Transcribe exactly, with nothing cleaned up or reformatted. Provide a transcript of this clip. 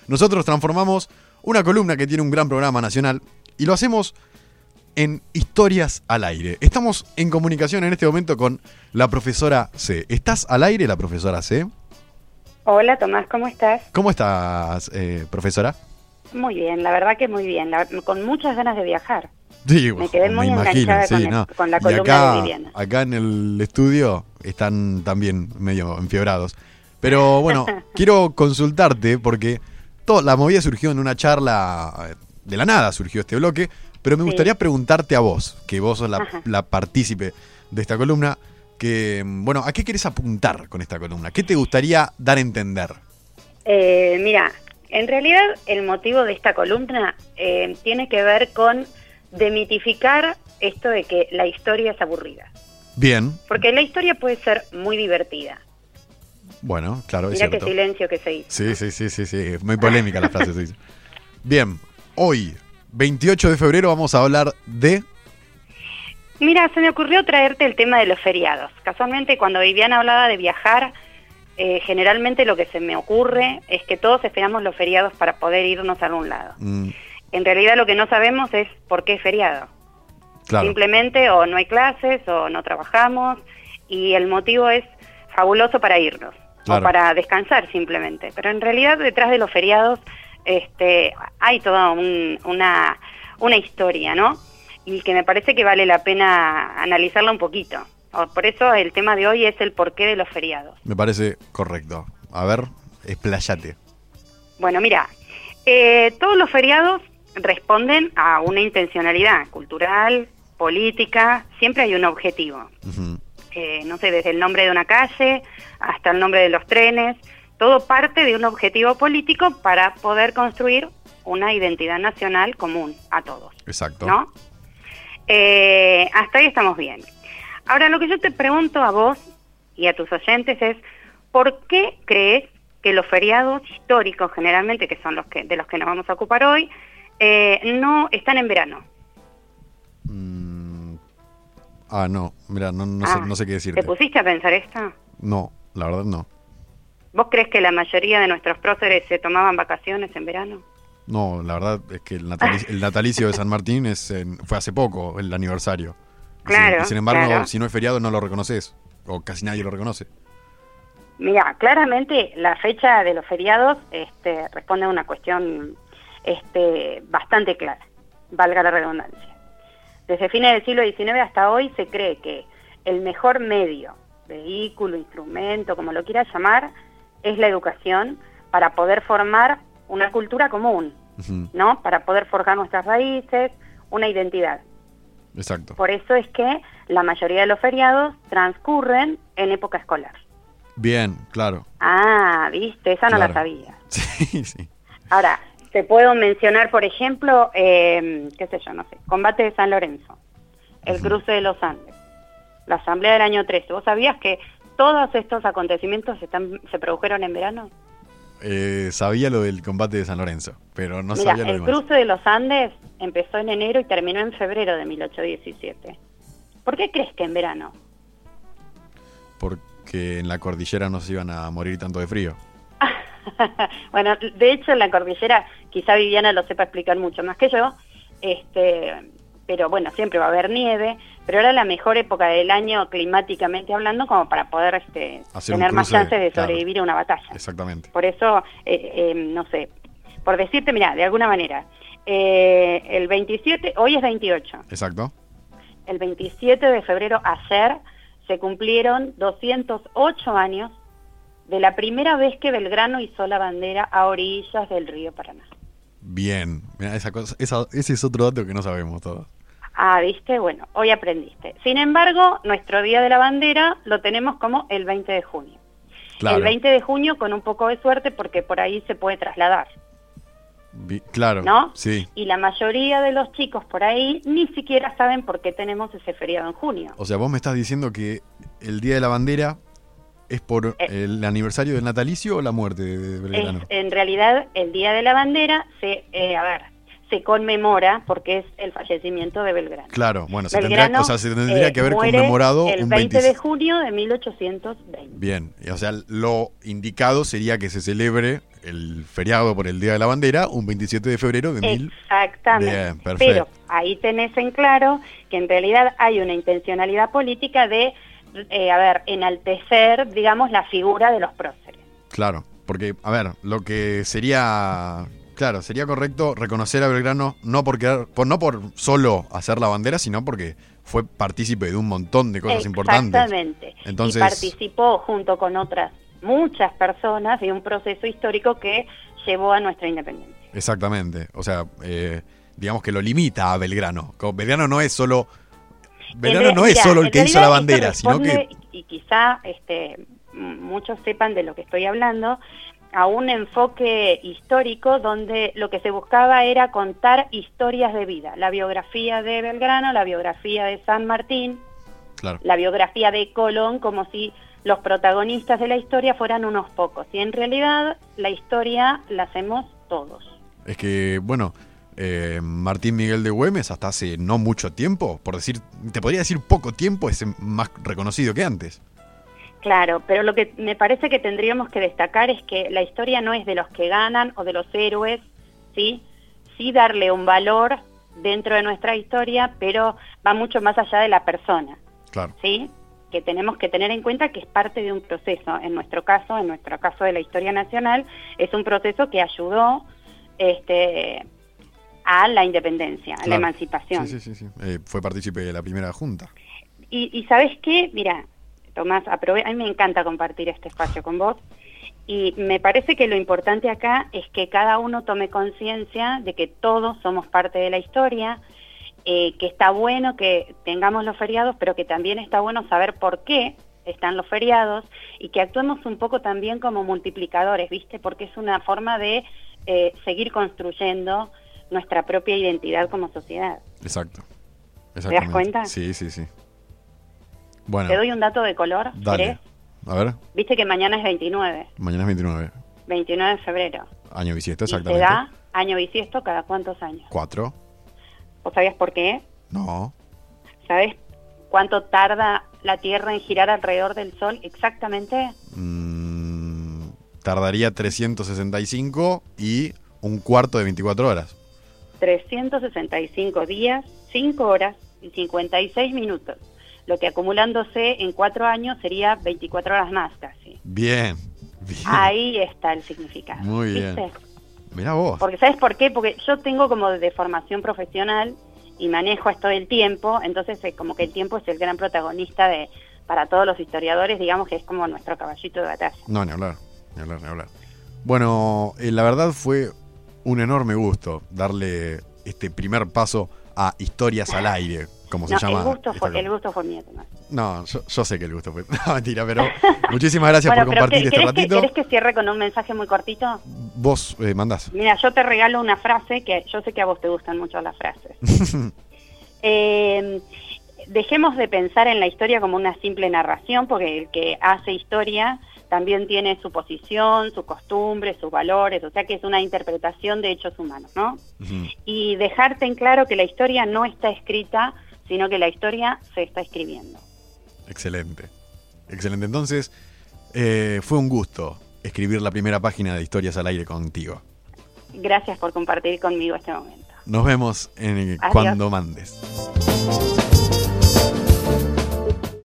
nosotros transformamos una columna que tiene un gran programa nacional y lo hacemos en Historias al Aire. Estamos en comunicación en este momento con la profesora C. ¿Estás al aire, la profesora C? Hola, Tomás, ¿cómo estás? ¿Cómo estás, eh, profesora? Muy bien, la verdad que muy bien, la, con muchas ganas de viajar. Sí, me quedé muy me imagino, enganchada sí, con, el, no. con la Y columna acá, de Viviana. Acá en el estudio están también medio enfiebrados. Pero bueno, quiero consultarte porque todo, la movida surgió en una charla, de la nada surgió este bloque, pero me Sí. gustaría preguntarte a vos, que vos sos la, la partícipe de esta columna, que, bueno, ¿a qué querés apuntar con esta columna? ¿Qué te gustaría dar a entender? Eh, mira, en realidad el motivo de esta columna eh, tiene que ver con demitificar esto de que la historia es aburrida. Bien. Porque la historia puede ser muy divertida. Bueno, claro, es Mira cierto. qué silencio que se hizo. Sí, sí, sí, sí, sí. Muy polémica la frase, se dice. Bien, hoy, veintiocho de febrero, vamos a hablar de... Mira, se me ocurrió traerte el tema de los feriados. Casualmente, cuando Viviana hablaba de viajar, eh, generalmente lo que se me ocurre es que todos esperamos los feriados para poder irnos a algún lado. Mm, En realidad lo que no sabemos es por qué es feriado. claro, Simplemente o no hay clases o no trabajamos y el motivo es fabuloso para irnos Claro. o para descansar simplemente. Pero en realidad detrás de los feriados este, hay toda un- una, una historia, ¿no? Y que me parece que vale la pena analizarla un poquito. O- Por eso el tema de hoy es el porqué de los feriados. me parece correcto. A ver, expláyate. Bueno, mira, eh, todos los feriados responden a una intencionalidad cultural, política, siempre hay un objetivo. Ujú. Eh, no sé, desde el nombre de una calle hasta el nombre de los trenes, todo parte de un objetivo político para poder construir una identidad nacional común a todos, Exacto. ¿no? Eh, hasta ahí estamos bien. Ahora, lo que yo te pregunto a vos y a tus oyentes es, ¿por qué crees que los feriados históricos, generalmente, que son los que de los que nos vamos a ocupar hoy, eh, no están en verano? Mm, ah, no, mira, no, no, Ah, sé, no sé qué decirte. ¿Te pusiste a pensar esto? No, la verdad no. ¿Vos crees que la mayoría de nuestros próceres se tomaban vacaciones en verano? No, la verdad es que el natalicio, el natalicio de San Martín es en- fue hace poco, el aniversario. Y sin- Claro, y sin embargo, claro. si no es feriado no lo reconoces, o casi nadie lo reconoce. Mira, claramente la fecha de los feriados este, responde a una cuestión este, bastante clara, valga la redundancia. Desde fines del siglo diecinueve hasta hoy se cree que el mejor medio, vehículo, instrumento, como lo quieras llamar, es la educación para poder formar una cultura común, Ujú. ¿no? Para poder forjar nuestras raíces, una identidad. Exacto. Por eso es que la mayoría de los feriados transcurren en época escolar. Bien, claro. Ah, viste, esa no Claro. la sabía. Sí, sí. Ahora, te puedo mencionar, por ejemplo, eh, qué sé yo, no sé, combate de San Lorenzo, el Ujú. cruce de los Andes, la asamblea del año trece. ¿Vos sabías que todos estos acontecimientos están, se produjeron en verano? Eh, sabía lo del combate de San Lorenzo, pero no Mira, sabía lo el demás. cruce de los Andes empezó en enero y terminó en febrero de mil ochocientos diecisiete. ¿Por qué crees que en verano? Porque en la cordillera no se iban a morir tanto de frío. Bueno, de hecho en la cordillera, quizá Viviana lo sepa explicar mucho más que yo, este, pero bueno, siempre va a haber nieve, pero era la mejor época del año climáticamente hablando como para poder este, Hacer un tener más cruce, chances de claro. sobrevivir a una batalla. Exactamente. Por eso, eh, eh, no sé, por decirte, mira, de alguna manera, eh, el veintisiete, hoy es veintiocho, Exacto. el veintisiete de febrero, ayer, se cumplieron doscientos ocho años de la primera vez que Belgrano izó la bandera a orillas del río Paraná. Bien. Mirá, esa cosa, esa, ese es otro dato que no sabemos todos. Ah, ¿viste? Bueno, hoy aprendiste. Sin embargo, nuestro Día de la Bandera lo tenemos como el veinte de junio. Claro. El veinte de junio con un poco de suerte porque por ahí se puede trasladar, Vi- claro. ¿no? Sí. Y la mayoría de los chicos por ahí ni siquiera saben por qué tenemos ese feriado en junio. O sea, vos me estás diciendo que el Día de la Bandera es por Eh. el aniversario del natalicio o la muerte de Es, Belgrano. en realidad, el Día de la Bandera se, eh, a ver, se conmemora porque es el fallecimiento de Belgrano. Claro, bueno, se tendría, Belgrano, o sea, se tendría eh, que haber muere conmemorado el un veinte veinte de junio de mil ochocientos veinte. Bien, y, o sea, lo indicado sería que se celebre el feriado por el Día de la Bandera, un veintisiete de febrero de mil. Exactamente. Bien, perfecto. Pero ahí tenés en claro que en realidad hay una intencionalidad política de, eh, a ver, enaltecer, digamos, la figura de los próceres. Claro, porque, a ver, lo que sería, claro, sería correcto reconocer a Belgrano no por, quedar, por no por solo hacer la bandera, sino porque fue partícipe de un montón de cosas importantes. Exactamente. Entonces, y participó junto con otras muchas personas de un proceso histórico que llevó a nuestra independencia. Exactamente. O sea, eh, digamos que lo limita a Belgrano. Como Belgrano no es solo Belgrano no es solo el que hizo la bandera, sino que y quizá este muchos sepan de lo que estoy hablando, a un enfoque histórico donde lo que se buscaba era contar historias de vida, la biografía de Belgrano, la biografía de San Martín, claro, la biografía de Colón, como si los protagonistas de la historia fueran unos pocos, y en realidad la historia la hacemos todos. Es que, bueno, eh, Martín Miguel de Güemes hasta hace no mucho tiempo, por decir, te podría decir poco tiempo, es más reconocido que antes. Claro, pero lo que me parece que tendríamos que destacar es que la historia no es de los que ganan o de los héroes, ¿sí? Sí darle un valor dentro de nuestra historia, pero va mucho más allá de la persona, claro, ¿sí? Que tenemos que tener en cuenta que es parte de un proceso. En nuestro caso, en nuestro caso de la historia nacional, es un proceso que ayudó este, a la independencia, claro, a la emancipación. Sí, sí, sí, sí. Eh, fue partícipe de la primera junta. Y, y ¿sabes qué? Mira, Tomás, aprove- a mí me encanta compartir este espacio con vos, y me parece que lo importante acá es que cada uno tome conciencia de que todos somos parte de la historia, eh, que está bueno que tengamos los feriados, pero que también está bueno saber por qué están los feriados, y que actuemos un poco también como multiplicadores, ¿viste? Porque es una forma de eh, seguir construyendo nuestra propia identidad como sociedad. Exacto. ¿Te das cuenta? Sí, sí, sí. Bueno, ¿te doy un dato de color? dale. ¿Querés? A ver. Viste que mañana es veintinueve. Mañana es veintinueve. veintinueve de febrero. Año bisiesto, Y se exactamente. da año bisiesto cada cuántos años. Cuatro. ¿Vos sabías por qué? No. ¿Sabés cuánto tarda la Tierra en girar alrededor del Sol exactamente? Mm, tardaría trescientos sesenta y cinco y un cuarto de veinticuatro horas. trescientos sesenta y cinco días, cinco horas y cincuenta y seis minutos. Lo que acumulándose en cuatro años sería veinticuatro horas más casi. Bien, bien. Ahí está el significado. Muy bien. ¿Viste? Mirá vos. Porque ¿sabes por qué? Porque yo tengo como de formación profesional y manejo esto del tiempo, entonces es como que el tiempo es el gran protagonista de para todos los historiadores, digamos que es como nuestro caballito de batalla. No, ni hablar, ni hablar, ni hablar. Bueno, eh, la verdad fue un enorme gusto darle este primer paso a Historias al Aire, como No, se llama. el gusto esta fue, cosa. el gusto fue mío, Tomás. No, yo, yo sé que el gusto fue. No, mentira, pero muchísimas gracias Bueno, por pero compartir ¿qué- este ¿querés que, ratito. ¿querés que cierre con un mensaje muy cortito? Vos eh, mandás. Mira, yo te regalo una frase que yo sé que a vos te gustan mucho las frases. eh, dejemos de pensar en la historia como una simple narración, porque el que hace historia también tiene su posición, su costumbre, sus valores, o sea que es una interpretación de hechos humanos, ¿no? Ujú. Y dejarte en claro que la historia no está escrita, sino que la historia se está escribiendo. Excelente. Excelente. Entonces, eh, fue un gusto escribir la primera página de Historias al Aire contigo. Gracias por compartir conmigo este momento. Nos vemos en Adiós. Cuando Mandes.